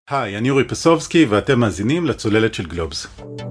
היי, אני אורי פסובסקי ואתם מאזינים לצוללת של גלובס.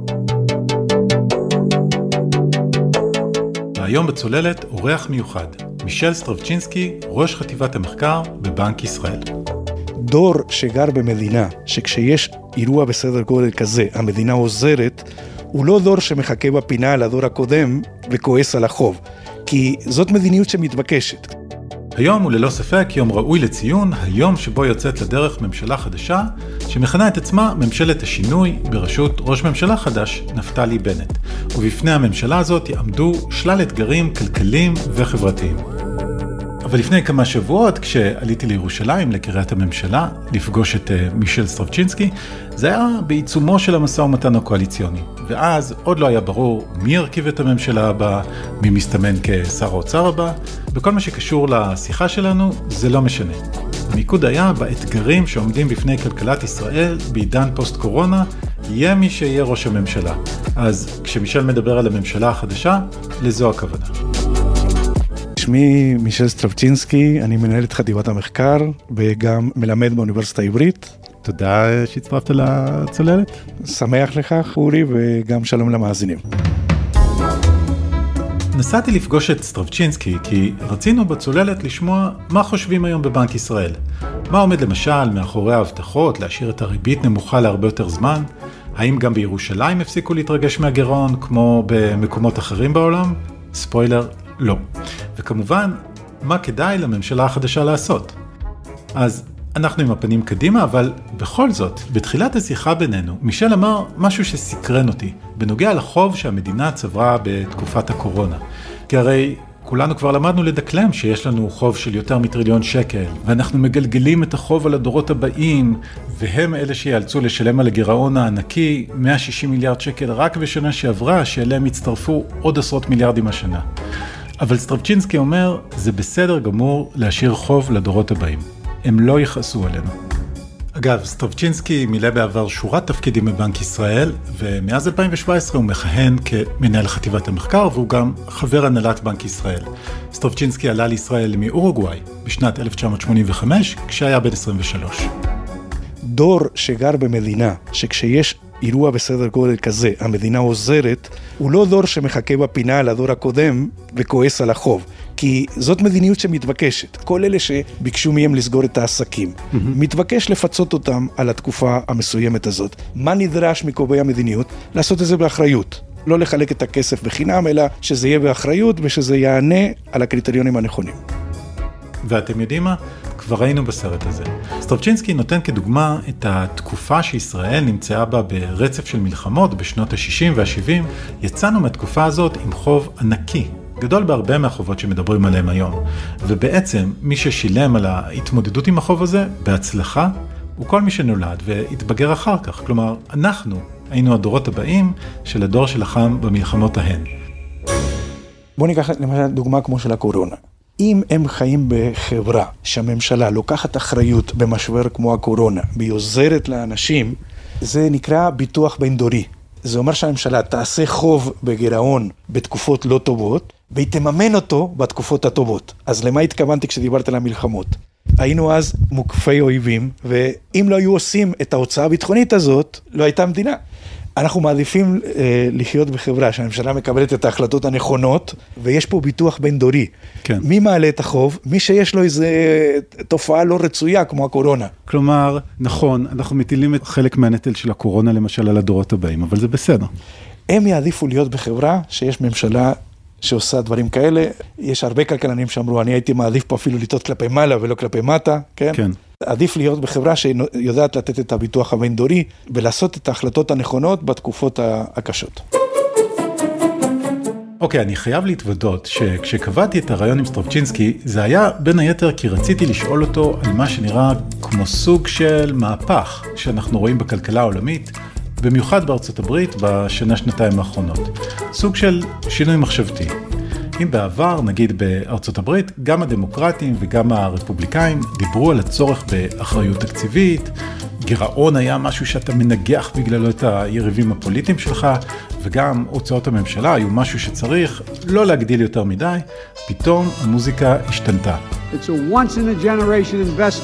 והיום בצוללת אורח מיוחד, מישל סטרבצ'ינסקי, ראש חטיבת המחקר בבנק ישראל. דור שגר במדינה שכשיש אירוע בסדר גודל כזה, המדינה עוזרת, הוא לא דור שמחכה בפינה לדור הקודם וכועס על החוב, כי זאת מדיניות שמתבקשת. היום הוא ללא ספק יום ראוי לציון, היום שבו יוצאת לדרך ממשלה חדשה, שמכנה את עצמה ממשלת השינוי בראשות ראש ממשלה חדש, נפתלי בנט. ובפני הממשלה הזאת יעמדו שלל אתגרים כלכליים וחברתיים. אבל לפני כמה שבועות, כשעליתי לירושלים, לקריית הממשלה, לפגוש את מישל סטרבצ'ינסקי, זה היה בעיצומו של המשא ומתן הקואליציוני. ואז עוד לא היה ברור מי ירכיב את הממשלה הבאה, מי מסתמן כשר האוצר הבא. בכל מה שקשור לשיחה שלנו, זה לא משנה. המיקוד היה באתגרים שעומדים בפני כלכלת ישראל בעידן פוסט-קורונה, יהיה מי שיהיה ראש הממשלה. אז כשמישל מדבר על הממשלה החדשה, לזו הכוונה. שמי מישל סטרבצ'ינסקי, אני מנהל את חטיבת המחקר וגם מלמד באוניברסיטה העברית. תודה שהצטרפת לצוללת. שמח לכך, אורי, וגם שלום למאזינים. נסעתי לפגוש את סטרבצ'ינסקי כי רצינו בצוללת לשמוע מה חושבים היום בבנק ישראל. מה עומד למשל מאחורי ההבטחות להשאיר את הריבית נמוכה להרבה יותר זמן? האם גם בירושלים הפסיקו להתרגש מהגירעון כמו במקומות אחרים בעולם? ספוילר, לא. וכמובן, מה כדאי לממשלה החדשה לעשות? אז אנחנו עם הפנים קדימה, אבל בכל זאת, בתחילת השיחה בינינו, מישל אמר משהו שסקרן אותי, בנוגע לחוב שהמדינה צברה בתקופת הקורונה. כי הרי כולנו כבר למדנו לדקלם שיש לנו חוב של יותר מטריליון שקל, ואנחנו מגלגלים את החוב על הדורות הבאים, והם אלה שיאלצו לשלם על הגירעון הענקי 160 מיליארד שקל רק בשנה שעברה, שאליהם הצטרפו עוד עשרות מיליארדים השנה. אבל סטרבצ'ינסקי אומר, זה בסדר גמור להשאיר חוב לדורות הבאים. הם לא יכעסו עלינו. אגב, סטרבצ'ינסקי מילא בעבר שורת תפקידים בבנק ישראל, ומאז 2017 הוא מכהן כמנהל חטיבת המחקר, והוא גם חבר הנהלת בנק ישראל. סטרבצ'ינסקי עלה לישראל מאורוגוואי בשנת 1985, כשהיה בן 23. דור שגר במדינה שכשיש אירוע בסדר גודל כזה, המדינה עוזרת, הוא לא דור שמחכה בפינה לדור הקודם וכועס על החוב, כי זאת מדיניות שמתבקשת. כל אלה שביקשו מהם לסגור את העסקים, מתבקש לפצות אותם על התקופה המסוימת הזאת. מה נדרש מקובעי המדיניות? לעשות את זה באחריות. לא לחלק את הכסף בחינם, אלא שזה יהיה באחריות ושזה יענה על הקריטריונים הנכונים. ואתם יודעים מה? כבר ראינו בסרט הזה. סטרבצ'ינסקי נותן כדוגמה את התקופה שישראל נמצאה בה ברצף של מלחמות בשנות ה-60 וה-70. יצאנו מהתקופה הזאת עם חוב ענקי, גדול בהרבה מהחובות שמדברים עליהם היום. ובעצם מי ששילם על ההתמודדות עם החוב הזה בהצלחה, הוא כל מי שנולד והתבגר אחר כך. כלומר, אנחנו היינו הדורות הבאים של הדור שלחם במלחמות ההן. בוא ניקח למשל דוגמה כמו של הקורונה. אם הם חיים בחברה שהממשלה לוקחת אחריות במשבר כמו הקורונה, והיא עוזרת לאנשים, זה נקרא ביטוח בין דורי. זה אומר שהממשלה תעשה חוב בגירעון בתקופות לא טובות, והיא תממן אותו בתקופות הטובות. אז למה התכוונתי כשדיברת על המלחמות? היינו אז מוקפי אויבים, ואם לא היו עושים את ההוצאה הביטחונית הזאת, לא הייתה מדינה. אנחנו מעדיפים לחיות בחברה שהממשלה מקבלת את ההחלטות הנכונות, ויש פה ביטוח בין דורי. כן. מי מעלה את החוב? מי שיש לו איזו תופעה לא רצויה כמו הקורונה. כלומר, נכון, אנחנו מטילים את חלק מהנטל של הקורונה למשל על הדורות הבאים, אבל זה בסדר. הם יעדיפו להיות בחברה שיש ממשלה שעושה דברים כאלה. יש הרבה כלכלנים שאמרו, אני הייתי מעדיף פה אפילו לטעות כלפי מעלה ולא כלפי מטה, כן? כן. עדיף להיות בחברה שיודעת לתת את הביטוח הבין דורי, ולעשות את ההחלטות הנכונות בתקופות הקשות. אוקיי, אני חייב להתוודות שכשקבעתי את הרעיון עם סטרבצ'ינסקי, זה היה בין היתר כי רציתי לשאול אותו על מה שנראה כמו סוג של מהפך שאנחנו רואים בכלכלה העולמית, במיוחד בארצות הברית בשנה-שנתיים האחרונות. סוג של שינוי מחשבתי. אם בעבר, נגיד בארצות הברית, גם הדמוקרטים וגם הרפובליקאים דיברו על הצורך באחריות תקציבית, גירעון היה משהו שאתה מנגח בגללו את היריבים הפוליטיים שלך, וגם הוצאות הממשלה היו משהו שצריך לא להגדיל יותר מדי, פתאום המוזיקה השתנתה. It's a once in a generation investment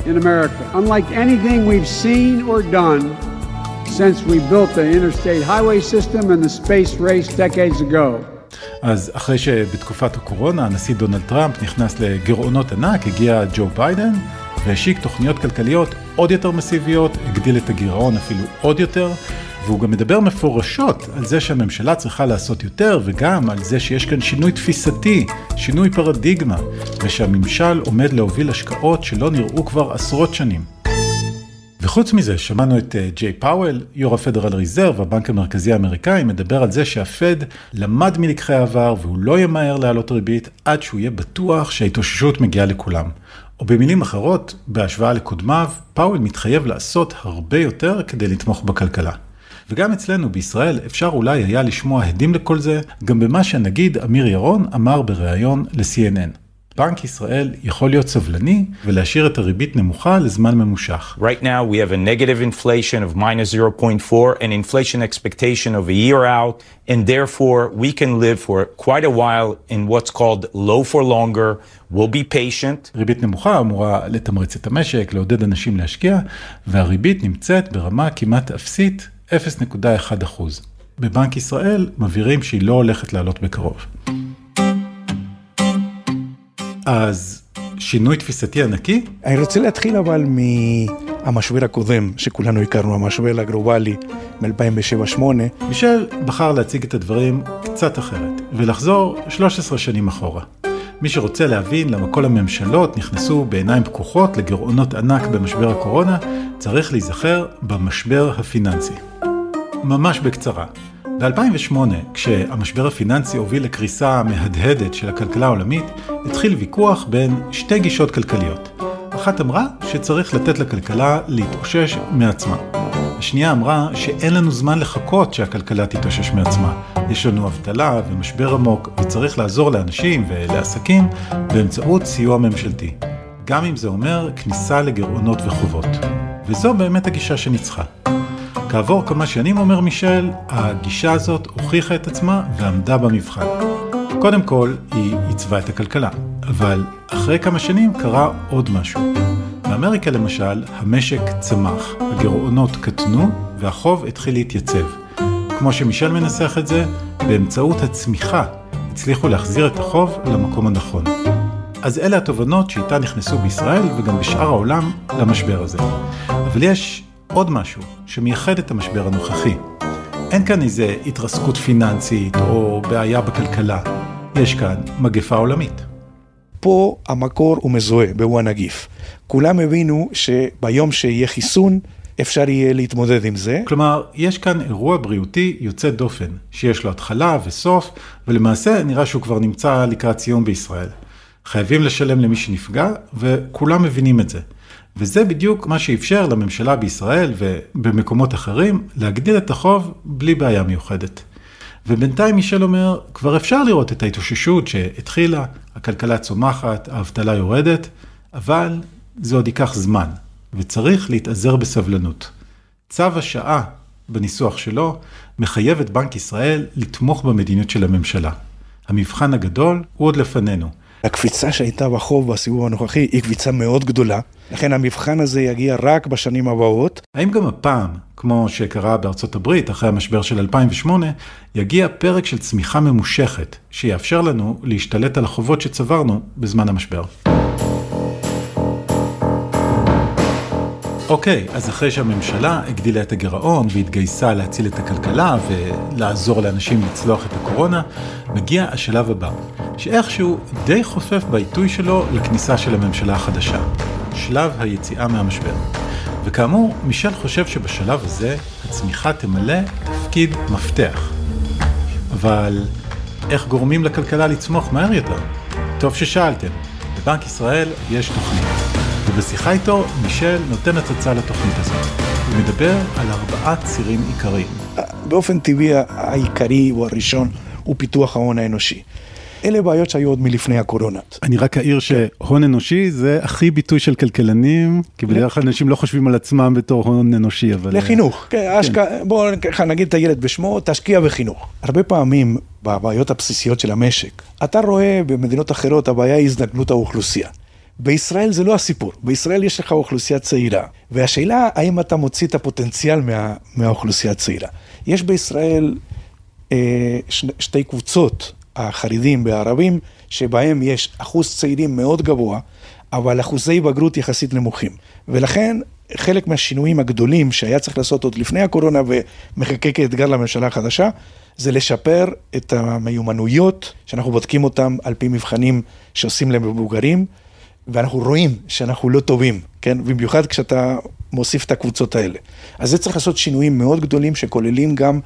in America, unlike anything we've seen or done since we built the interstate highway system and the space race decades ago. אז אחרי שבתקופת הקורונה הנשיא דונלד טראמפ נכנס לגירעונות ענק, הגיע ג'ו ביידן והשיק תוכניות כלכליות עוד יותר מסיביות, הגדיל את הגירעון אפילו עוד יותר, והוא גם מדבר מפורשות על זה שהממשלה צריכה לעשות יותר, וגם על זה שיש כאן שינוי תפיסתי, שינוי פרדיגמה, ושהממשל עומד להוביל השקעות שלא נראו כבר עשרות שנים. וחוץ מזה, שמענו את ג'יי פאוול, יו"ר הפדרל ריזרב, הבנק המרכזי האמריקאי, מדבר על זה שהפד למד מלקחי העבר, והוא לא ימהר להעלות ריבית עד שהוא יהיה בטוח שההתאוששות מגיעה לכולם. או במילים אחרות, בהשוואה לקודמיו, פאוול מתחייב לעשות הרבה יותר כדי לתמוך בכלכלה. וגם אצלנו בישראל אפשר אולי היה לשמוע הדים לכל זה, גם במה שהנגיד אמיר ירון אמר בריאיון ל-CNN. בנק ישראל יכול להיות סבלני ולהשאיר את הריבית נמוכה לזמן ממושך. Right now we have a negative inflation of minus 0.4 and inflation expectation of a year out, and therefore we can live for quite a while in what's called low for longer. We'll be patient. ריבית נמוכה אמורה לתמרץ את המשק, לעודד אנשים להשקיע, והריבית נמצאת ברמה כמעט אפסית 0.1%. בבנק ישראל מבהירים שהיא לא הולכת לעלות בקרוב. אז שינוי תפיסתי ענקי? אני רוצה להתחיל אבל מהמשבר הקודם שכולנו הכרנו, המשבר הגלובלי מ-2007-2008. מישל בחר להציג את הדברים קצת אחרת, ולחזור 13 שנים אחורה. מי שרוצה להבין למה כל הממשלות נכנסו בעיניים פקוחות לגירעונות ענק במשבר הקורונה, צריך להיזכר במשבר הפיננסי. ממש בקצרה. ב-2008, כשהמשבר הפיננסי הוביל לקריסה מהדהדת של הכלכלה העולמית, התחיל ויכוח בין שתי גישות כלכליות. אחת אמרה שצריך לתת לכלכלה להתאושש מעצמה. השנייה אמרה שאין לנו זמן לחכות שהכלכלה תתאושש מעצמה. יש לנו אבטלה ומשבר עמוק, וצריך לעזור לאנשים ולעסקים באמצעות סיוע ממשלתי. גם אם זה אומר כניסה לגירעונות וחובות. וזו באמת הגישה שניצחה. כעבור כמה שנים, אומר מישל, הגישה הזאת הוכיחה את עצמה ועמדה במבחן. קודם כל, היא עיצבה את הכלכלה, אבל אחרי כמה שנים קרה עוד משהו. באמריקה למשל, המשק צמח, הגירעונות קטנו והחוב התחיל להתייצב. כמו שמישל מנסח את זה, באמצעות הצמיחה הצליחו להחזיר את החוב למקום הנכון. אז אלה התובנות שאיתה נכנסו בישראל וגם בשאר העולם למשבר הזה. אבל יש עוד משהו שמייחד את המשבר הנוכחי. אין כאן איזה התרסקות פיננסית או בעיה בכלכלה. יש כאן מגפה עולמית. פה המקור הוא מזוהה, והוא הנגיף. כולם הבינו שביום שיהיה חיסון אפשר יהיה להתמודד עם זה. כלומר, יש כאן אירוע בריאותי יוצא דופן, שיש לו התחלה וסוף, ולמעשה נראה שהוא כבר נמצא לקראת סיום בישראל. חייבים לשלם למי שנפגע, וכולם מבינים את זה. וזה בדיוק מה שאפשר לממשלה בישראל ובמקומות אחרים להגדיל את החוב בלי בעיה מיוחדת. ובינתיים מישל אומר, כבר אפשר לראות את ההתאוששות שהתחילה, הכלכלה צומחת, האבטלה יורדת, אבל זה עוד ייקח זמן, וצריך להתאזר בסבלנות. צו השעה בניסוח שלו מחייב את בנק ישראל לתמוך במדיניות של הממשלה. המבחן הגדול הוא עוד לפנינו. הקפיצה שהייתה בחוב בסיבוב הנוכחי היא קפיצה מאוד גדולה, לכן המבחן הזה יגיע רק בשנים הבאות. האם גם הפעם, כמו שקרה בארצות הברית אחרי המשבר של 2008, יגיע פרק של צמיחה ממושכת, שיאפשר לנו להשתלט על החובות שצברנו בזמן המשבר? אוקיי, אז אחרי שהממשלה הגדילה את הגירעון והתגייסה להציל את הכלכלה ולעזור לאנשים לצלוח את הקורונה, מגיע השלב הבא, שאיכשהו די חופף בעיתוי שלו לכניסה של הממשלה החדשה, שלב היציאה מהמשבר. וכאמור, מישל חושב שבשלב הזה הצמיחה תמלא תפקיד מפתח. אבל איך גורמים לכלכלה לצמוח מהר יותר? טוב ששאלתם. בבנק ישראל יש תוכנית. ובשיחה איתו, מישל נותן הצצה לתוכנית הזאת. הוא מדבר על 4 צירים עיקריים. באופן טבעי העיקרי הוא הראשון, הוא פיתוח ההון האנושי. אלה בעיות שהיו עוד מלפני הקורונה. אני רק אעיר שהון אנושי זה הכי ביטוי של כלכלנים, כי בדרך כלל אנשים לא חושבים על עצמם בתור הון אנושי, אבל... לחינוך. בואו נגיד את הילד בשמו, תשקיע בחינוך. הרבה פעמים בבעיות הבסיסיות של המשק, אתה רואה במדינות אחרות הבעיה היא הזדקנות האוכלוסייה. בישראל זה לא הסיפור. בישראל יש לך אוכלוסייה צעירה, והשאלה האם אתה מוציא את הפוטנציאל מהאוכלוסייה הצעירה. יש בישראל שתי קבוצות, החרדים והערבים, שבהם יש אחוז צעירים מאוד גבוה, אבל אחוזי בגרות יחסית נמוכים. ולכן חלק מהשינויים הגדולים שהיה צריך לעשות עוד לפני הקורונה ומחכה כאתגר לממשלה החדשה, זה לשפר את המיומנויות שאנחנו בודקים אותם על פי מבחנים שעושים למבוגרים, ואנחנו רואים שאנחנו לא טובים, כן? במיוחד כשאתה מוסיף את הקבוצות האלה. אז זה צריך לעשות שינויים מאוד גדולים שכוללים גם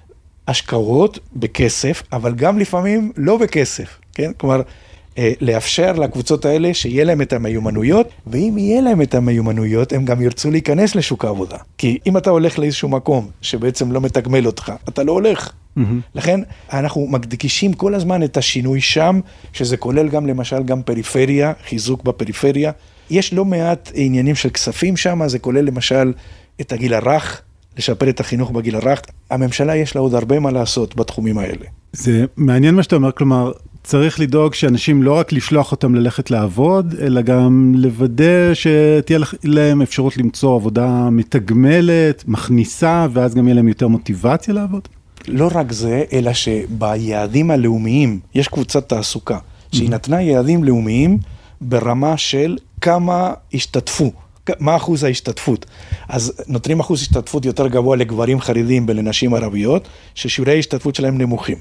השקעות בכסף, אבל גם לפעמים לא בכסף, כן? כלומר, לאפשר לקבוצות האלה שיהיה להם את המיומנויות, ואם יהיה להם את המיומנויות, הם גם ירצו להיכנס לשוק העבודה. כי אם אתה הולך לאיזשהו מקום שבעצם לא מתגמל אותך, אתה לא הולך. לכן אנחנו מדגישים כל הזמן את השינוי שם, שזה כולל גם למשל גם פריפריה, חיזוק בפריפריה. יש לא מעט עניינים של כספים שם, זה כולל למשל את הגיל הרך, לשפר את החינוך בגיל הרך. הממשלה יש לה עוד הרבה מה לעשות בתחומים האלה. זה מעניין מה שאתה אומר, כלומר, צריך לדאוג שאנשים לא רק לשלוח אותם ללכת לעבוד, אלא גם לוודא שתהיה להם אפשרות למצוא עבודה מתגמלת, מכניסה, ואז גם יהיה להם יותר מוטיבציה לעבוד. לא רק זה, אלא שביעדים הלאומיים יש קבוצת תעסוקה, שהיא נתנה יעדים לאומיים ברמה של כמה השתתפו, מה אחוז ההשתתפות. אז נותנים אחוז השתתפות יותר גבוה לגברים חרדים ולנשים ערביות, ששיעורי ההשתתפות שלהם נמוכים.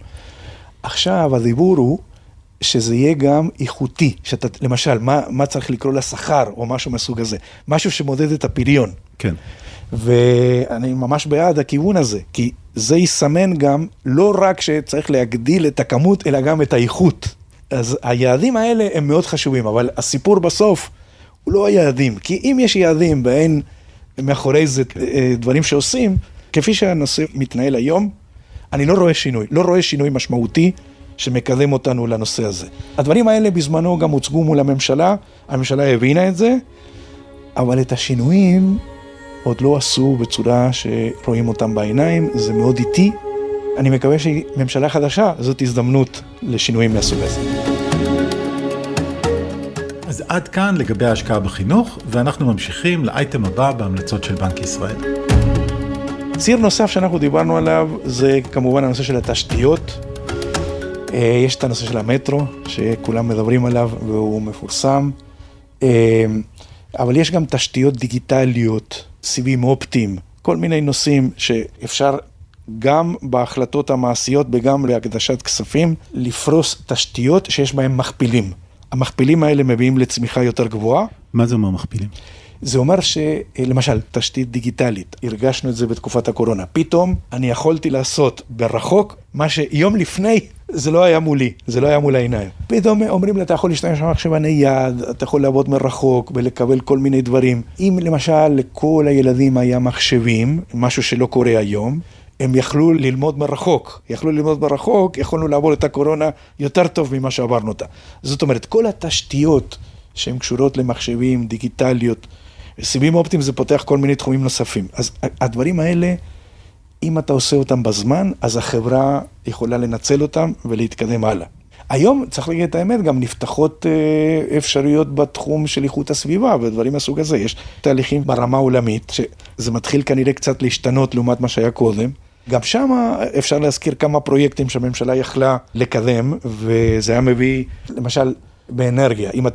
עכשיו הדיבור הוא שזה יהיה גם איכותי, שאתה, למשל, מה צריך לקרוא לשכר או משהו מסוג הזה, משהו שמודד את הפריון. כן. ואני ממש בעד הכיוון הזה, כי זה יסמן גם לא רק שצריך להגדיל את הכמות, אלא גם את האיכות. אז היעדים האלה הם מאוד חשובים, אבל הסיפור בסוף הוא לא היעדים, כי אם יש יעדים ואין מאחורי זה דברים שעושים, כפי שהנושא מתנהל היום, אני לא רואה שינוי משמעותי שמקדם אותנו לנושא הזה. הדברים האלה בזמנו גם הוצגו מול הממשלה, הממשלה הבינה את זה, אבל את השינויים עוד לא עשו בצורה שרואים אותם בעיניים, זה מאוד איטי. אני מקווה שממשלה חדשה, זאת הזדמנות לשינויים מהסוג הזה. אז עד כאן לגבי ההשקעה בחינוך, ואנחנו ממשיכים לאייטם הבא בהמלצות של בנק ישראל. ציר נוסף שאנחנו דיברנו עליו, זה כמובן הנושא של התשתיות. יש את הנושא של המטרו, שכולם מדברים עליו והוא מפורסם. אבל יש גם תשתיות דיגיטליות, סיבים אופטיים, כל מיני נושאים שאפשר גם בהחלטות המעשיות וגם להקדשת כספים, לפרוס תשתיות שיש בהם מכפילים. המכפילים האלה מביאים לצמיחה יותר גבוהה. מה זה אומר מכפילים? זה אומר שלמשל, תשתית דיגיטלית, הרגשנו את זה בתקופת הקורונה. פתאום אני יכולתי לעשות ברחוק, מה שיום לפני זה לא היה מולי, זה לא היה מול העיניים. פתאום אומרים לי, אתה יכול להשתמש במחשב הנייד, אתה יכול לעבוד מרחוק ולקבל כל מיני דברים. אם למשל לכל הילדים היה מחשבים, משהו שלא קורה היום, הם יכלו ללמוד מרחוק. יכולנו לעבור את הקורונה יותר טוב ממה שעברנו אותה. זאת אומרת, כל התשתיות שהן קשורות למחשבים, דיגיטליות, סיבים אופטיים זה פותח כל מיני תחומים נוספים. אז הדברים האלה, אם אתה עושה אותם בזמן, אז החברה יכולה לנצל אותם ולהתקדם הלאה. היום, צריך להגיד את האמת, גם נפתחות אפשרויות בתחום של איכות הסביבה ודברים מהסוג הזה. יש תהליכים ברמה העולמית, שזה מתחיל כנראה קצת להשתנות לעומת מה שהיה קודם. גם שם אפשר להזכיר כמה פרויקטים שהממשלה יכלה לקדם, וזה היה מביא, למשל, באנרגיה. אם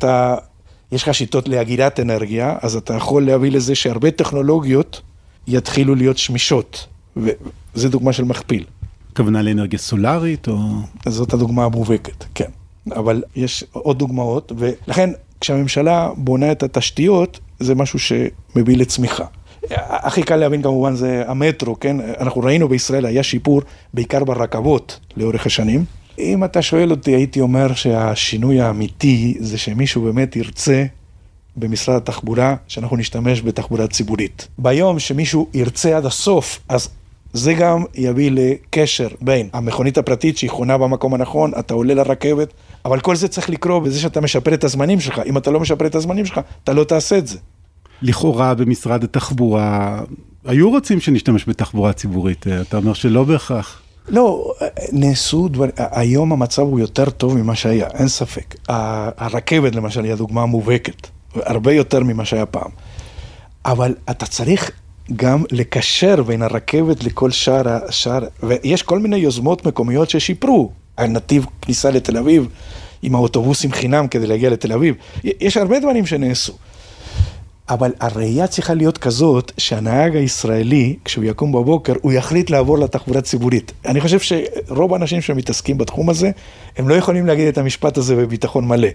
יש לך שיטות להגירת אנרגיה, אז אתה יכול להביא לזה שהרבה טכנולוגיות יתחילו להיות שמישות, וזו דוגמה של מכפיל. כוונה לאנרגיה סולארית או... זאת הדוגמה המובהקת, כן. אבל יש עוד דוגמאות, ולכן כשהממשלה בונה את התשתיות, זה משהו שמביא לצמיחה. הכי קל להבין כמובן זה המטרו, כן? אנחנו ראינו בישראל היה שיפור בעיקר ברכבות לאורך השנים. אם אתה שואל אותי, הייתי אומר שהשינוי האמיתי זה שמישהו באמת ירצה במשרד התחבורה, שאנחנו נשתמש בתחבורה ציבורית. ביום שמישהו ירצה עד הסוף, אז זה גם יביא לקשר בין המכונית הפרטית שהיא חונה במקום הנכון, אתה עולה לרכבת, אבל כל זה צריך לקרוא בזה שאתה משפר את הזמנים שלך. אם אתה לא משפר את הזמנים שלך, אתה לא תעשה את זה. לכאורה במשרד התחבורה, היו רוצים שנשתמש בתחבורה ציבורית, אתה אומר שלא בהכרח. לא, נעשו דברים, היום המצב הוא יותר טוב ממה שהיה, אין ספק. הרכבת למשל היא הדוגמה המובהקת, הרבה יותר ממה שהיה פעם. אבל אתה צריך גם לקשר בין הרכבת לכל שער, ויש כל מיני יוזמות מקומיות ששיפרו. הנתיב כניסה לתל אביב, עם האוטובוסים חינם כדי להגיע לתל אביב. יש הרבה דברים שנעשו. אבל הראייה צריכה להיות כזאת שהנהג הישראלי, כשהוא יקום בבוקר, הוא יחליט לעבור לתחבורה ציבורית. אני חושב שרוב האנשים שמתעסקים בתחום הזה, הם לא יכולים להגיד את המשפט הזה בביטחון מלא.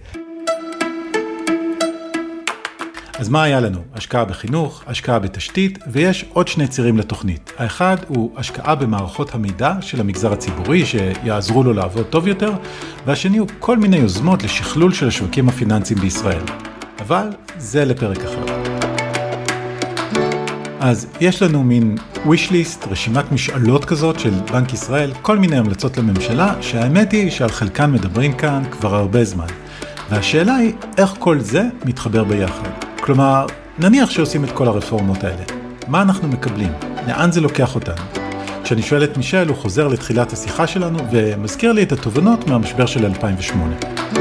אז מה היה לנו? השקעה בחינוך, השקעה בתשתית, ויש עוד שני צירים לתוכנית. האחד הוא השקעה במערכות המידע של המגזר הציבורי, שיעזרו לו לעבוד טוב יותר, והשני הוא כל מיני יוזמות לשכלול של השווקים הפיננסיים בישראל. אבל זה לפרק אחר. אז יש לנו מין wish list, רשימת משאלות כזאת של בנק ישראל, כל מיני המלצות לממשלה, שהאמת היא שעל חלקן מדברים כאן כבר הרבה זמן. והשאלה היא איך כל זה מתחבר ביחד. כלומר, נניח שעושים את כל הרפורמות האלה. מה אנחנו מקבלים? לאן זה לוקח אותנו? כשאני שואל את מישל, הוא חוזר לתחילת השיחה שלנו ומזכיר לי את התובנות מהמשבר של 2008.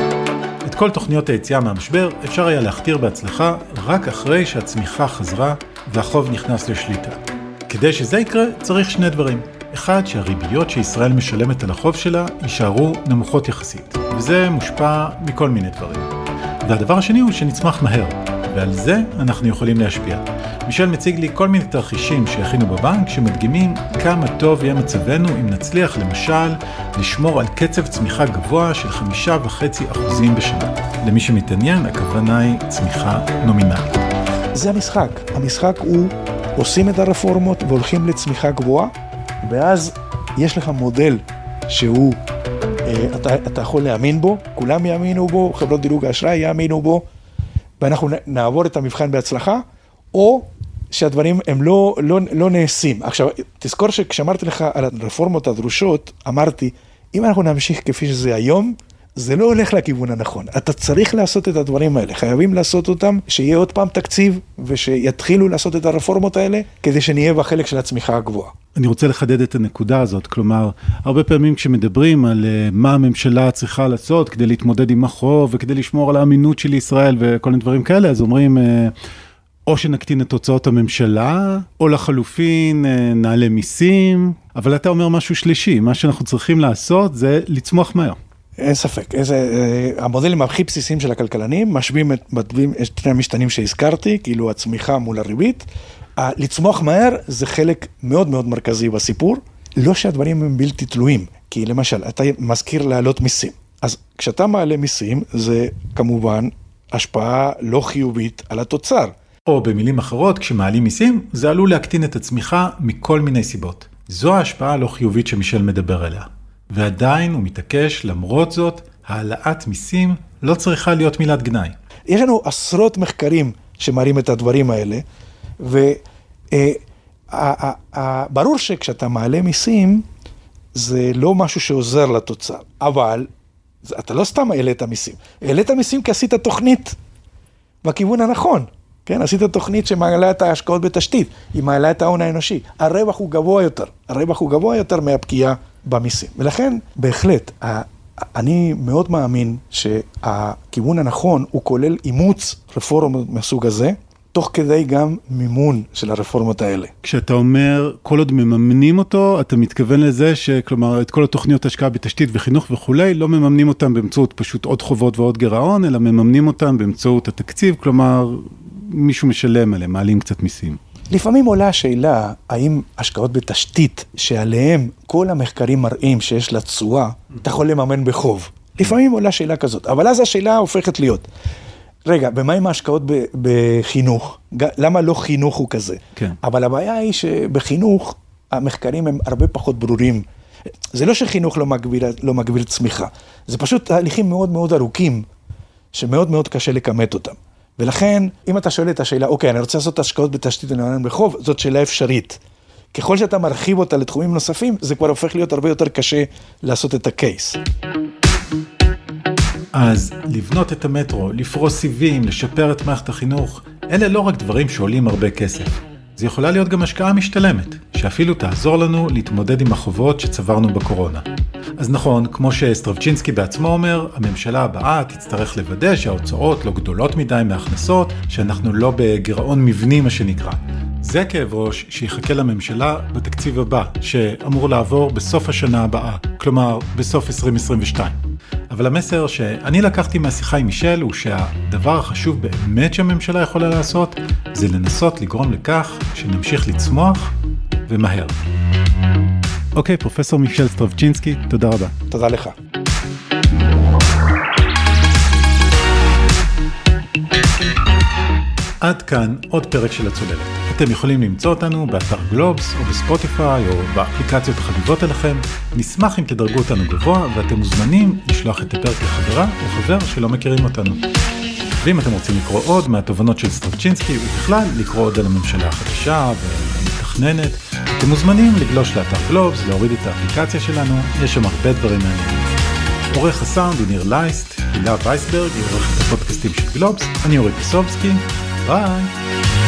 את כל תוכניות היציאה מהמשבר אפשר היה להכתיר בהצלחה רק אחרי שהצמיחה חזרה והחוב נכנס לשליטה. כדי שזה יקרה צריך שני דברים. אחד, שהריביות שישראל משלמת על החוב שלה יישארו נמוכות יחסית, וזה מושפע מכל מיני דברים. והדבר השני הוא שנצמח מהר, ועל זה אנחנו יכולים להשפיע. מישל מציג לי כל מיני תרחישים שהכינו בבנק שמדגימים כמה טוב יהיה מצבנו אם נצליח למשל לשמור על קצב צמיחה גבוה של 5.5% בשנה. למי שמתעניין, הכוונה היא צמיחה נומינלית. זה המשחק. המשחק הוא עושים את הרפורמות והולכים לצמיחה גבוהה, ואז יש לך מודל שהוא, אתה יכול להאמין בו, כולם יאמינו בו, חברות דירוג האשראי יאמינו בו, ואנחנו נעבור את המבחן בהצלחה, או שהדברים הם לא נעשים. עכשיו, תזכור שכשאמרתי לך על הרפורמות הדרושות, אמרתי, אם אנחנו נמשיך כפי שזה היום, זה לא הולך לכיוון הנכון. אתה צריך לעשות את הדברים האלה, חייבים לעשות אותם, שיהיה עוד פעם תקציב, ושיתחילו לעשות את הרפורמות האלה, כדי שנהיה בחלק של הצמיחה הגבוהה. אני רוצה לחדד את הנקודה הזאת, כלומר, הרבה פעמים כשמדברים על מה הממשלה צריכה לעשות כדי להתמודד עם החוב, וכדי לשמור על האמינות של ישראל וכל מיני דברים כאלה, אז אומרים, או שנקטין את תוצאות הממשלה, או לחלופין נעלה מיסים, אבל אתה אומר משהו שלישי, מה שאנחנו צריכים לעשות זה לצמוח מהר. אין ספק, המודלים הכי בסיסיים של הכלכלנים, משווים את שני המשתנים שהזכרתי, כאילו הצמיחה מול הריבית, לצמוח מהר זה חלק מאוד מאוד מרכזי בסיפור, לא שהדברים הם בלתי תלויים, כי למשל, אתה מזכיר להעלות מיסים, אז כשאתה מעלה מיסים, זה כמובן השפעה לא חיובית על התוצר. או במילים אחרות, כשמעלים מיסים, זה עלול להקטין את הצמיחה מכל מיני סיבות. זו ההשפעה הלא חיובית שמישל מדבר עליה. ועדיין הוא מתעקש, למרות זאת, העלאת מיסים לא צריכה להיות מילת גנאי. יש לנו עשרות מחקרים שמראים את הדברים האלה, וברור שכשאתה מעלה מיסים, זה לא משהו שעוזר לתוצר, אבל אתה לא סתם העלית מיסים. העלית מיסים כי עשית תוכנית בכיוון הנכון. כן, עשית תוכנית שמעלה את ההשקעות בתשתית, היא מעלה את ההון האנושי. הרווח הוא גבוה יותר מהפגיעה במיסים. ולכן, בהחלט, אני מאוד מאמין שהכיוון הנכון הוא כולל אימוץ רפורמות מסוג הזה, תוך כדי גם מימון של הרפורמות האלה. כשאתה אומר, כל עוד מממנים אותו, אתה מתכוון לזה שכלומר, את כל התוכניות השקעה בתשתית וחינוך וכולי, לא מממנים אותם באמצעות פשוט עוד חובות ועוד גירעון, אלא מממנים אותם באמצעות התקציב, כלומר, מישהו משלם עליהם, מעלים קצת מיסים. לפעמים עולה השאלה, האם השקעות בתשתית שעליהם כל המחקרים מראים שיש לה תשואה, אתה יכול לממן בחוב. לפעמים עולה שאלה כזאת, אבל אז השאלה הופכת להיות, רגע, במה עם ההשקעות בחינוך? למה לא חינוך הוא כזה? כן. אבל הבעיה היא שבחינוך המחקרים הם הרבה פחות ברורים. זה לא שחינוך לא מגביר צמיחה, זה פשוט תהליכים מאוד מאוד ארוכים, שמאוד מאוד קשה לכמת אותם. ולכן, אם אתה שואל את השאלה, אוקיי, אני רוצה לעשות השקעות בתשתית ולממן בחוב, זאת שאלה אפשרית. ככל שאתה מרחיב אותה לתחומים נוספים, זה כבר הופך להיות הרבה יותר קשה לעשות את הקייס. אז לבנות את המטרו, לפרוס סיבים, לשפר את מערכת החינוך, אלה לא רק דברים שעולים הרבה כסף. זה יכולה להיות גם השקעה משתלמת, שאפילו תעזור לנו להתמודד עם החובות שצברנו בקורונה. אז נכון, כמו שסטרבצ'ינסקי בעצמו אומר, הממשלה הבאה תצטרך לוודא שההוצאות לא גדולות מדי מהכנסות, שאנחנו לא בגירעון מבני מה שנקרא. זה כאב ראש שיחכה לממשלה בתקציב הבא, שאמור לעבור בסוף השנה הבאה, כלומר בסוף 2022. אבל המסר שאני לקחתי מהשיחה עם מישל הוא שהדבר החשוב באמת שהממשלה יכולה לעשות, זה לנסות לגרום לכך שנמשיך לצמוח ומהר. אוקיי, פרופסור מישל סטרבצ'ינסקי, תודה רבה. תודה לך. עד כאן עוד פרק של הצוללת. אתם יכולים למצוא אותנו באתר גלובס או בספוטיפיי או באפליקציות החביבות אליכם. נשמח אם תדרגו אותנו גבוה ואתם מוזמנים לשלוח את הפרק לחברה או חבר שלא מכירים אותנו. ואם אתם רוצים לקרוא עוד מהתובנות של סטרבצ'ינסקי ובכלל לקרוא עוד על הממשלה החדשה והמתכננת, אתם מוזמנים לגלוש לאתר גלובס, להוריד את האפליקציה שלנו, יש שם הרבה דברים מעניינים. עורך הסאונד הוא ניר לייסט, הילה וייסברג, היא עורכת הפודקאסטים של גלובס, אני אורי פסובסקי, ביי!